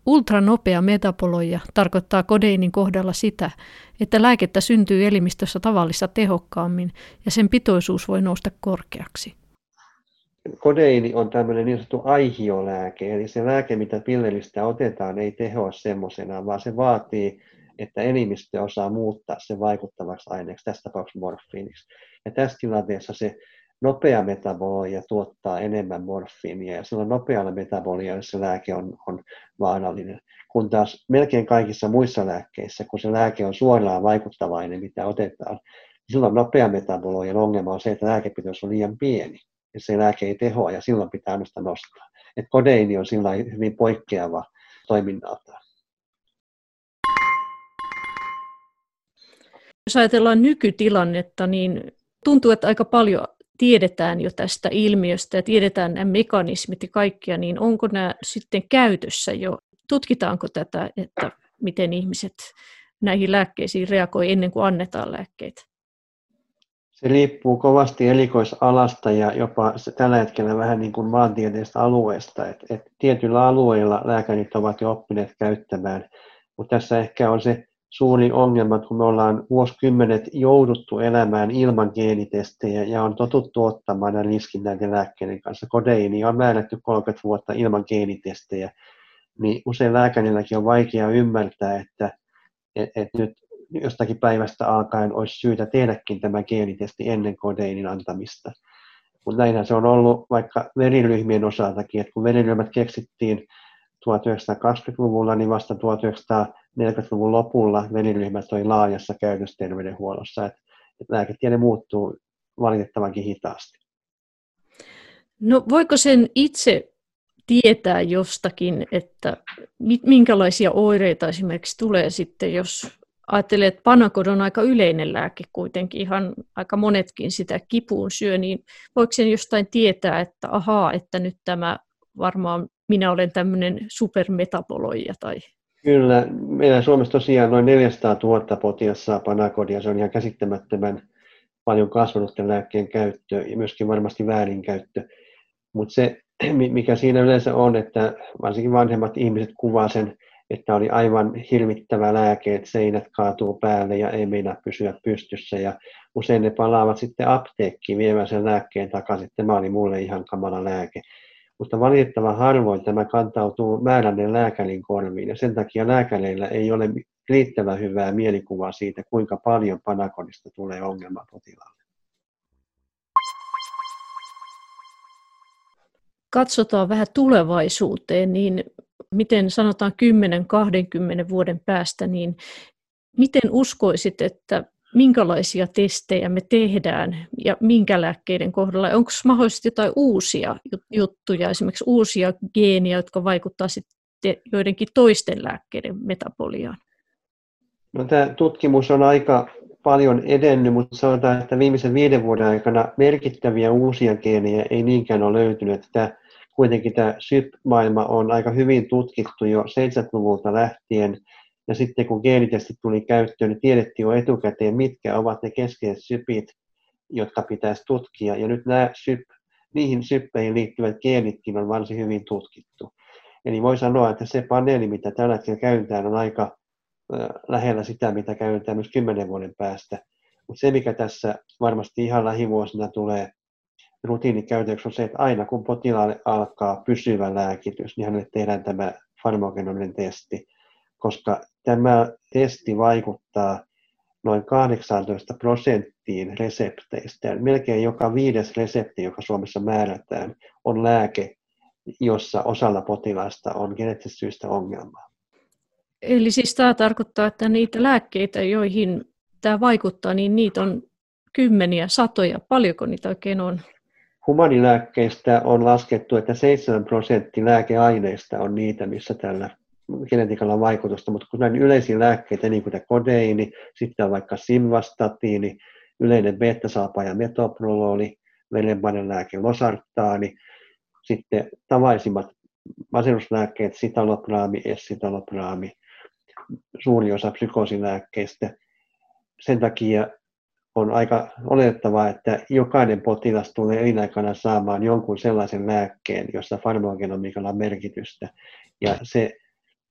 Speaker 3: Ultranopea metaboloija tarkoittaa kodeinin kohdalla sitä, että lääkettä syntyy elimistössä tavallista tehokkaammin ja sen pitoisuus voi nousta korkeaksi.
Speaker 4: Kodeini on tämmöinen niin sanottu aihiolääke, eli se lääke, mitä pilleristä otetaan, ei tehoa semmoisena, vaan se vaatii, että elimistö osaa muuttaa sen vaikuttavaksi aineeksi, tässä tapauksessa morfiiniksi. Ja tässä tilanteessa se nopea metaboloija tuottaa enemmän morfiinia, ja silloin nopealla metabolialla se lääke on vaarallinen. Kun taas melkein kaikissa muissa lääkkeissä, kun se lääke on suoraan vaikuttava aine, mitä otetaan, niin silloin nopea metaboloijan ongelma on se, että lääkepitoisuus on liian pieni. Ja se lääke ei tehoa ja silloin pitää nostaa. Et kodeini on sillä hyvin poikkeava toiminnaltaan.
Speaker 3: Jos ajatellaan nykytilannetta, niin tuntuu, että aika paljon tiedetään jo tästä ilmiöstä ja tiedetään nämä mekanismit ja kaikkia, niin onko nämä sitten käytössä jo? Tutkitaanko tätä, että miten ihmiset näihin lääkkeisiin reagoi ennen kuin annetaan lääkkeitä?
Speaker 4: Se riippuu kovasti erikoisalasta ja jopa tällä hetkellä vähän niin kuin maantieteellisestä alueesta. Et tietyillä alueilla lääkärit ovat jo oppineet käyttämään, mutta tässä ehkä on se suuri ongelma, kun me ollaan vuosikymmenet jouduttu elämään ilman geenitestejä ja on totuttu ottamaan nämä riskit näiden lääkkeiden kanssa. Kodeini on määrätty 30 vuotta ilman geenitestejä, niin usein lääkärilläkin on vaikea ymmärtää, että nyt jostakin päivästä alkaen olisi syytä tehdäkin tämä geenitesti ennen kodeinin antamista. Mutta näinhän se on ollut vaikka veriryhmien osaltakin, että kun veriryhmät keksittiin 1920-luvulla, niin vasta 1940-luvun lopulla veriryhmät oli laajassa käytössä terveydenhuollossa. Että lääketiede muuttuu valitettavankin hitaasti.
Speaker 3: No voiko sen itse tietää jostakin, että minkälaisia oireita esimerkiksi tulee sitten, jos ajattelee, että Panacod on aika yleinen lääke kuitenkin, ihan aika monetkin sitä kipuun syö, niin voiko sen jostain tietää, että ahaa, että nyt tämä varmaan minä olen tämmöinen supermetaboloija tai...
Speaker 4: Kyllä, meillä Suomessa tosiaan noin 400 000 potilasta saa Panacodia, se on ihan käsittämättömän paljon kasvanut tämän lääkkeen käyttö ja myöskin varmasti väärinkäyttö. Mutta se, mikä siinä yleensä on, että varsinkin vanhemmat ihmiset kuvaa sen, että oli aivan hirvittävä lääke, että seinät kaatuu päälle ja ei meinaa pysyä pystyssä. Ja usein ne palaavat sitten apteekkiin viemään sen lääkkeen takaisin, että tämä oli mulle ihan kamala lääke. Mutta valitettavan harvoin tämä kantautuu määränneen lääkärin korviin ja sen takia lääkäreillä ei ole riittävän hyvää mielikuvaa siitä, kuinka paljon Panacodista tulee ongelma potilaalle.
Speaker 3: Katsotaan vähän tulevaisuuteen, niin miten sanotaan 10-20 vuoden päästä, niin miten uskoisit, että minkälaisia testejä me tehdään ja minkä lääkkeiden kohdalla? Onko mahdollisesti jotain uusia juttuja, esimerkiksi uusia geeniä, jotka vaikuttavat sitten joidenkin toisten lääkkeiden metaboliaan?
Speaker 4: No, tämä tutkimus on aika paljon edennyt, mutta sanotaan, että viimeisen 5 vuoden aikana merkittäviä uusia geenejä ei niinkään ole löytynyt. Kuitenkin tämä SYP-maailma on aika hyvin tutkittu jo 70-luvulta lähtien. Ja sitten kun geenitestit tuli käyttöön, niin tiedettiin jo etukäteen, mitkä ovat ne keskeiset sypit, jotka pitäisi tutkia. Ja nyt niihin syppeihin liittyvät geenitkin on varsin hyvin tutkittu. Eli voi sanoa, että se paneeli, mitä tällä hetkellä käytetään, on aika lähellä sitä, mitä käytetään myös 10 vuoden päästä. Mutta se, mikä tässä varmasti ihan lähivuosina tulee rutiinikäytöksi, on se, että aina kun potilaalle alkaa pysyvä lääkitys, niin hänelle tehdään tämä farmakogenominen testi, koska tämä testi vaikuttaa noin 18% resepteistä. Ja melkein joka 5. resepti, joka Suomessa määrätään, on lääke, jossa osalla potilaista on geneettisistä syistä ongelmaa.
Speaker 3: Eli siis tämä tarkoittaa, että niitä lääkkeitä, joihin tämä vaikuttaa, niin niitä on kymmeniä, satoja. Paljonko niitä oikein on?
Speaker 4: Humanilääkkeistä on laskettu, että 7% lääkeaineista on niitä, missä tällä genetiikalla on vaikutusta, mutta kun näin yleisiä lääkkeitä, niin kuin tämä kodeini, sitten on vaikka simvastatiini, yleinen beta-salpaaja metoprololi, verenpainelääke losartaani, sitten tavallisimmat masennuslääkkeet, sitalopraami, esitalopraami, suuri osa psykoosilääkkeistä. Sen takia on aika oletettavaa, että jokainen potilas tulee elinaikana saamaan jonkun sellaisen lääkkeen, jossa farmakogenomiikalla on merkitystä. Ja se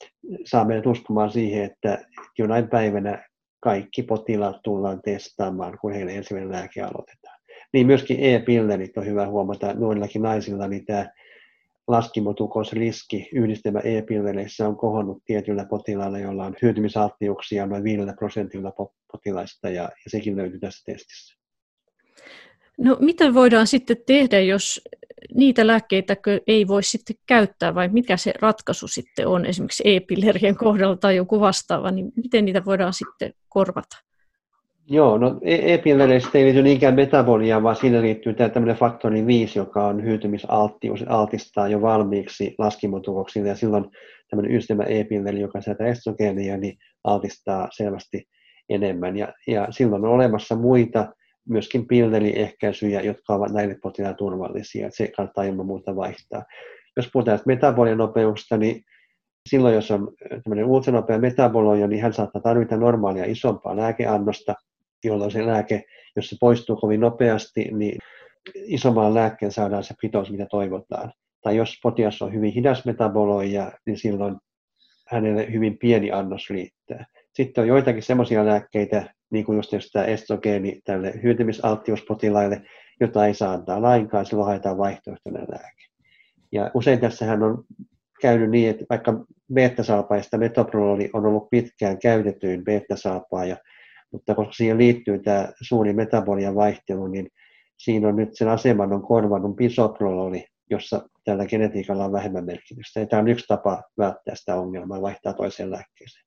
Speaker 4: saa meidät uskomaan siihen, että jonain päivänä kaikki potilaat tullaan testaamaan, kun heille ensimmäinen lääke aloitetaan. Niin myöskin e-pillerit on hyvä huomata. Nuorillakin naisilla niin tämä laskimotukosriski yhdistelmä e-pillereissä on kohonnut tietyillä potilailla, joilla on hyötymisalttiuksia noin 5% potilaista, ja sekin löytyy tässä testissä.
Speaker 3: No mitä voidaan sitten tehdä, jos niitä lääkkeitä ei voi sitten käyttää, vai mikä se ratkaisu sitten on esimerkiksi e-pillerien kohdalla tai joku vastaava, niin miten niitä voidaan sitten korvata?
Speaker 4: Joo, no e-pillereistä ei liity niinkään metaboliaan, vaan siinä liittyy tämmöinen faktori 5, joka on hyytymisalttius, altistaa jo valmiiksi laskimotukoksille, ja silloin tämmöinen yhdistelmä e-pilleri, joka sisältää estrogeenia, niin altistaa selvästi enemmän. Ja silloin on olemassa muita myöskin pilleriehkäisyjä, jotka ovat näille potilaille turvallisia. Se kannattaa ilman muuta vaihtaa. Jos puhutaan metabolianopeuksesta, niin silloin jos on tämmöinen ultranopea metaboloija, niin hän saattaa tarvita normaalia isompaa lääkeannosta, jolloin se lääke, jos se poistuu kovin nopeasti, niin isommalla lääkkeen saadaan se pitoisuus, mitä toivotaan. Tai jos potilas on hyvin hidas metaboloija, niin silloin hänelle hyvin pieni annos riittää. Sitten on joitakin semmoisia lääkkeitä, niin kuin just tämä estrogeeni tälle hyytymisalttiuspotilaille, jota ei saa antaa lainkaan, silloin haetaan vaihtoehtoinen lääke. Ja usein tässähän on käynyt niin, että vaikka beta-salpaista metoprololi on ollut pitkään käytetyin beta-salpaaja, mutta koska siihen liittyy tämä suuri metabolian vaihtelu, niin siinä on nyt sen aseman on korvannut bisoprololi, jossa tällä genetiikalla on vähemmän merkitystä. Ja tämä on yksi tapa välttää sitä ongelmaa, vaihtaa toiseen lääkkeeseen.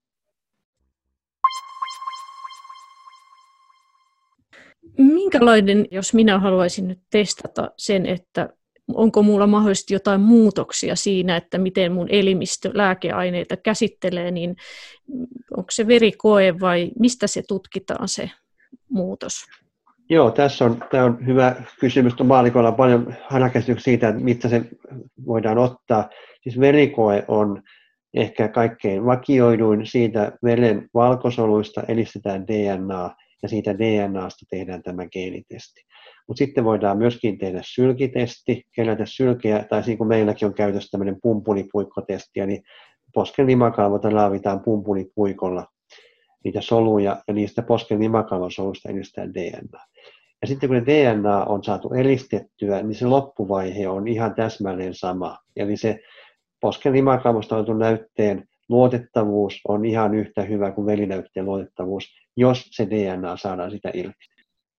Speaker 3: Minkälainen, jos minä haluaisin nyt testata sen, että onko minulla mahdollisesti jotain muutoksia siinä, että miten mun elimistö lääkeaineita käsittelee, niin onko se verikoe vai mistä se tutkitaan se muutos?
Speaker 4: Joo, tämä on hyvä kysymys. Maalikoilla on paljon harhakäsityksiä siitä, että mistä se voidaan ottaa. Siis verikoe on ehkä kaikkein vakioiduin. Siitä veren valkosoluista elistetään DNA ja siitä DNAsta tehdään tämä geenitesti. Mutta sitten voidaan myöskin tehdä sylkitesti, kerätä sylkeä, tai niin kuin meilläkin on käytössä tämmöinen pumpulipuikkotesti, niin posken limakalvota raavitaan pumpulipuikolla niitä soluja, ja niistä posken limakalvosoluista edistetään DNA. Ja sitten kun DNA on saatu eristettyä, niin se loppuvaihe on ihan täsmälleen sama. Eli se posken limakalvosta otetun näytteen luotettavuus on ihan yhtä hyvä kuin velinäytteen luotettavuus, jos se DNA saadaan sitä irti.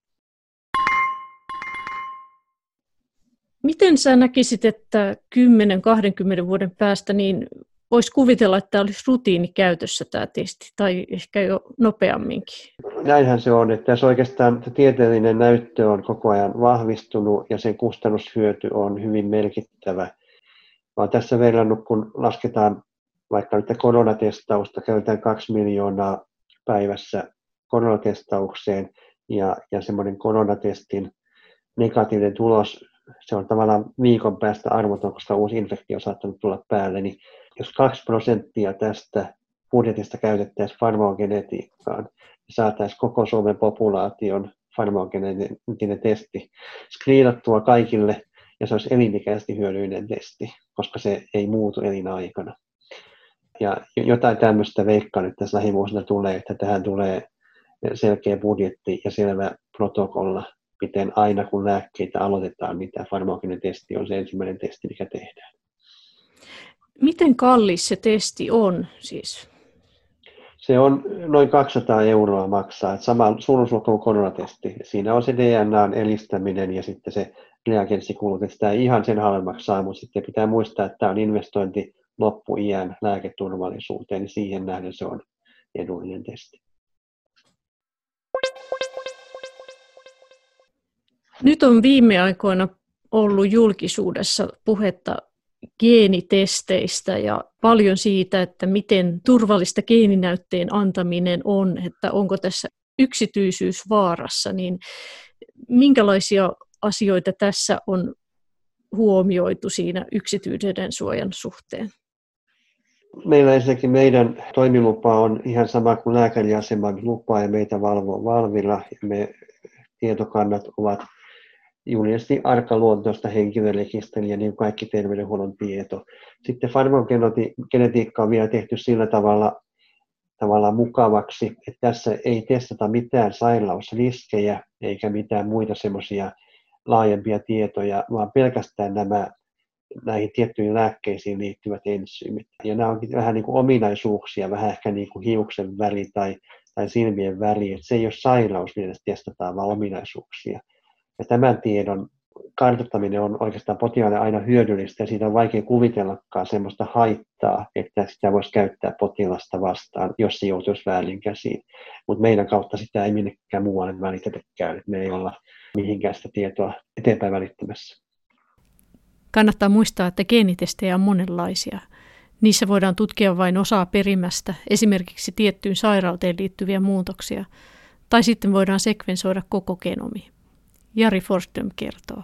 Speaker 3: Miten sä näkisit, että 10-20 vuoden päästä niin voisi kuvitella, että olisi rutiini käytössä tämä testi, tai ehkä jo nopeamminkin?
Speaker 4: Näinhän se on, että tässä oikeastaan tieteellinen näyttö on koko ajan vahvistunut ja sen kustannushyöty on hyvin merkittävä. Vaan tässä verrannut, kun lasketaan vaikka nyt koronatestausta, käytetään 2 miljoonaa päivässä koronatestaukseen ja semmoinen koronatestin negatiivinen tulos, se on tavallaan viikon päästä arvoton, koska uusi infektio on saattanut tulla päälle, niin jos 2% tästä budjetista käytettäisiin farmakogenetiikkaan, niin saataisiin koko Suomen populaation farmakogeneettinen testi skriinattua kaikille, ja se olisi elinikäisesti hyödyllinen testi, koska se ei muutu elinaikana. Ja jotain tämmöistä veikkaa nyt tässä lähivuosina tulee, että tähän tulee selkeä budjetti ja selvä protokolla, miten aina kun lääkkeitä aloitetaan, niin tämä farmakogenetinen testi on se ensimmäinen testi, mikä tehdään.
Speaker 3: Miten kallis se testi on siis?
Speaker 4: Se on noin 200 € maksaa, että sama suuruusluokka kuin koronatesti. Siinä on se DNAn elistäminen ja sitten se reagenssikulut, että sitä ei ihan sen halvemmaksi saa, mutta sitten pitää muistaa, että tämä on investointi loppuiän lääketurvallisuuteen, niin siihen nähden se on edullinen testi.
Speaker 3: Nyt on viime aikoina ollut julkisuudessa puhetta geenitesteistä ja paljon siitä, että miten turvallista geeninäytteen antaminen on, että onko tässä yksityisyys vaarassa, niin minkälaisia asioita tässä on huomioitu siinä yksityisyyden suojan suhteen?
Speaker 4: Meillä ensinnäkin meidän toimilupa on ihan sama kuin lääkäriaseman lupa ja meitä valvoo Valvira. Me tietokannat ovat julkisesti arkaluontoista henkilörekisteriä, niin kaikki terveydenhuollon tieto. Sitten farmakogenetiikka on vielä tehty sillä tavalla mukavaksi, että tässä ei testata mitään sairausriskejä eikä mitään muita semmoisia laajempia tietoja, vaan pelkästään näihin tiettyihin lääkkeisiin liittyvät ensyymit. Ja nämä onkin vähän niin kuin ominaisuuksia, vähän ehkä niin kuin hiuksen väri tai silmien väri, että se ei ole sairaus, millä testataan, vaan ominaisuuksia. Ja tämän tiedon kartoittaminen on oikeastaan potilaalle aina hyödyllistä ja siitä on vaikea kuvitellakaan semmoista haittaa, että sitä voisi käyttää potilasta vastaan, jos se joutuisi väärin käsiin. Mutta meidän kautta sitä ei minnekään muualle välitetäkään, että me ei olla mihinkään sitä tietoa eteenpäin välittämässä.
Speaker 3: Kannattaa muistaa, että geenitestejä on monenlaisia. Niissä voidaan tutkia vain osaa perimästä, esimerkiksi tiettyyn sairauteen liittyviä muutoksia, tai sitten voidaan sekvensoida koko genomi. Jari Forsström kertoo.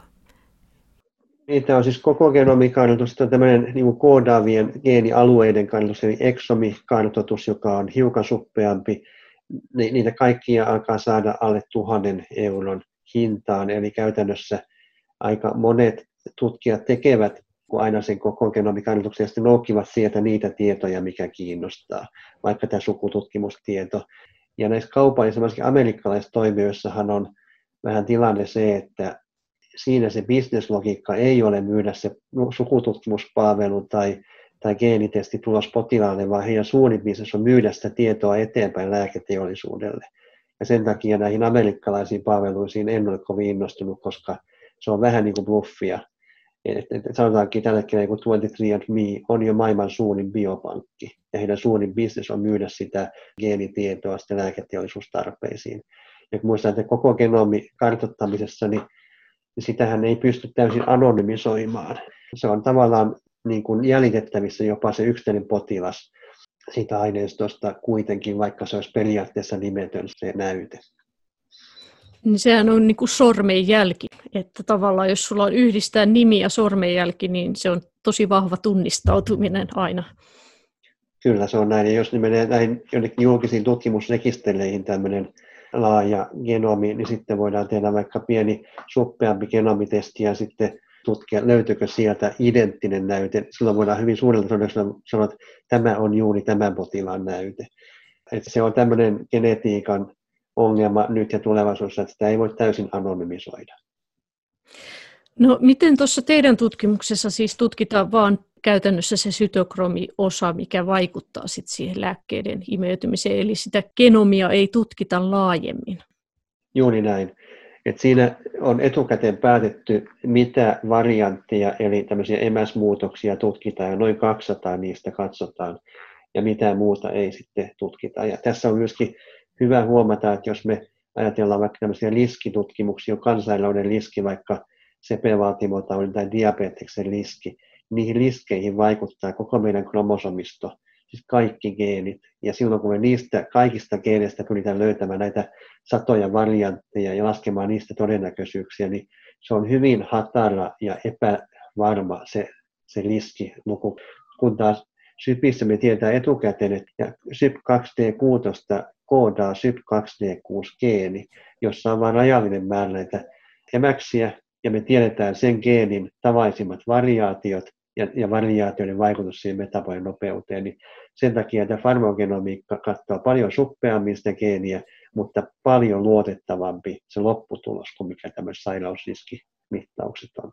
Speaker 4: Niitä on siis koko genomikartoitus, on tämmöinen niin koodaavien geenialueiden kartoitus, eli eksomikartoitus, joka on hiukan suppeampi. Niitä kaikkia alkaa saada alle 1 000 euron hintaan, eli käytännössä aika monet tutkijat tekevät aina sen koko genomikartoituksen ja sitten noukkivat sieltä niitä tietoja, mikä kiinnostaa, vaikka tämä sukututkimustieto. Ja näissä kaupallisissa, varsinkin amerikkalaisissa toimijoissahan on vähän tilanne se, että siinä se bisneslogiikka ei ole myydä se sukututkimuspalvelu tai geenitestitulos potilaalle, vaan heidän suurin bisnes on myydä sitä tietoa eteenpäin lääketeollisuudelle. Ja sen takia näihin amerikkalaisiin palveluisiin en ole kovin innostunut, koska se on vähän niin kuin bluffia. Sanotaankin tällä hetkellä, kun 23andMe on jo maailman suurin biopankki, ja heidän suurin bisnes on myydä sitä geenitietoa sitten lääketeollisuustarpeisiin. Ja kun muistan, että koko genomi kartoittamisessa, niin sitähän ei pysty täysin anonymisoimaan. Se on tavallaan niin kuin jäljitettävissä jopa se yksittäinen potilas siitä aineistosta kuitenkin, vaikka se olisi periaatteessa nimetön se näyte.
Speaker 3: Niin sehän on niin kuin sormenjälki, että tavallaan jos sulla on yhdistää nimi ja sormenjälki, niin se on tosi vahva tunnistautuminen aina.
Speaker 4: Kyllä se on näin, ja jos ne menee näihin jonnekin julkisiin tutkimusrekistereihin tämmöinen laaja genomi, niin sitten voidaan tehdä vaikka pieni suppeampi genomitesti ja sitten tutkia, löytyykö sieltä identtinen näyte. Silloin voidaan hyvin suurella todennäköisellä sanoa, että tämä on juuri tämän potilaan näyte. Että se on tämmöinen genetiikan ongelma nyt ja tulevaisuudessa, että sitä ei voi täysin anonymisoida.
Speaker 3: No miten tuossa teidän tutkimuksessa siis tutkitaan vaan käytännössä se sytokromiosa, mikä vaikuttaa sitten siihen lääkkeiden imeytymiseen, eli sitä genomia ei tutkita laajemmin?
Speaker 4: Juuri näin. Et siinä on etukäteen päätetty, mitä variantteja, eli tämmöisiä emäsmuutoksia tutkitaan, ja noin 200 niistä katsotaan, ja mitään muuta ei sitten tutkita. Ja tässä on myöskin hyvä huomata, että jos me ajatellaan vaikka tämmöisiä riskitutkimuksia, kansainvälinen riski, vaikka sepelvaltimotaudin tai diabeteksen riski, niihin riskeihin vaikuttaa koko meidän kromosomisto, siis kaikki geenit. Ja silloin kun me niistä kaikista geeneistä pyritään löytämään näitä satoja variantteja ja laskemaan niistä todennäköisyyksiä, niin se on hyvin hatara ja epävarma se riskiluku. Kun taas SYPissä me tiedetään etukäteen, että SYP2D6 koodaa SYP2D6-geeni, jossa on vain rajallinen määrä näitä emäksiä, ja me tiedetään sen geenin tavallisimmat variaatiot ja variaatioiden vaikutus siihen metabolin nopeuteen, niin sen takia tämä farmakogenomiikka katsoo paljon suppeammin sitä geeniä, mutta paljon luotettavampi se lopputulos kuin mikä tämmöiset sairausriskimittaukset on.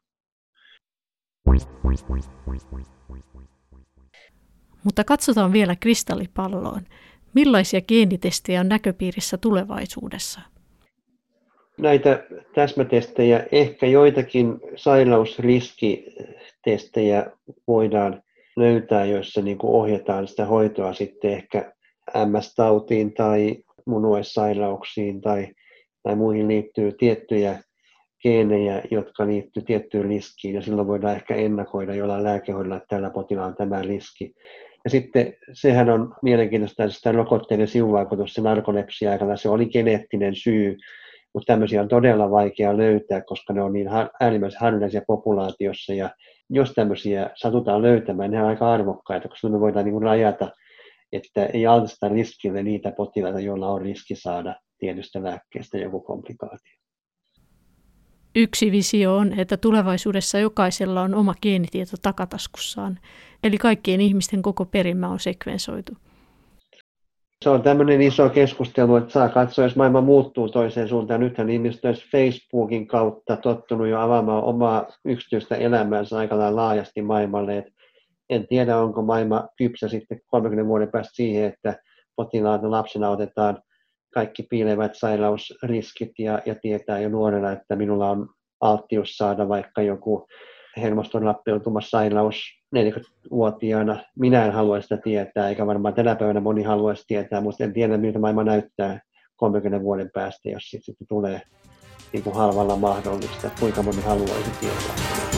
Speaker 3: Mutta katsotaan vielä kristallipalloon. Millaisia geenitestejä on näköpiirissä tulevaisuudessa?
Speaker 4: Näitä täsmätestejä, ehkä joitakin sairausriskitestejä voidaan löytää, joissa niin kuin ohjataan sitä hoitoa sitten ehkä MS-tautiin tai munuaissairauksiin tai muihin liittyy tiettyjä geenejä, jotka liittyy tiettyyn riskiin, ja silloin voidaan ehkä ennakoida jollain lääkehoidolla, että tällä potilaalla on tämä riski. Ja sitten sehän on mielenkiintoista, että sitä rokotteiden sivuvaikutus se narkolepsia-aikana, se oli geneettinen syy, mutta tämmöisiä on todella vaikea löytää, koska ne on niin äärimmäisen harvinaisia populaatiossa, ja jos tämmöisiä satutaan löytämään, ne on aika arvokkaita, koska me voidaan niin kuin rajata, että ei altista riskille niitä potilaita, joilla on riski saada tietystä lääkkeestä joku komplikaatio.
Speaker 3: Yksi visio on, että tulevaisuudessa jokaisella on oma geenitieto takataskussaan, eli kaikkien ihmisten koko perimä on sekvensoitu.
Speaker 4: Se on tämmöinen iso keskustelu, että saa katsoa, jos maailma muuttuu toiseen suuntaan. Nythän ihmiset olisi Facebookin kautta tottunut jo avaamaan omaa yksityistä elämäänsä aika laajasti maailmalle. Et en tiedä, onko maailma kypsä sitten 30 vuoden päästä siihen, että potilaana lapsena otetaan kaikki piilevät sairausriskit ja tietää jo nuorena, että minulla on alttius saada vaikka joku hermoston rappeutumasairaus 40-vuotiaana. Minä en halua sitä tietää, eikä varmaan tänä päivänä moni haluaisi tietää, mutta en tiedä, miltä maailma näyttää 30 vuoden päästä, jos sitten tulee niin kuin halvalla mahdollista, kuinka moni haluaisi tietää.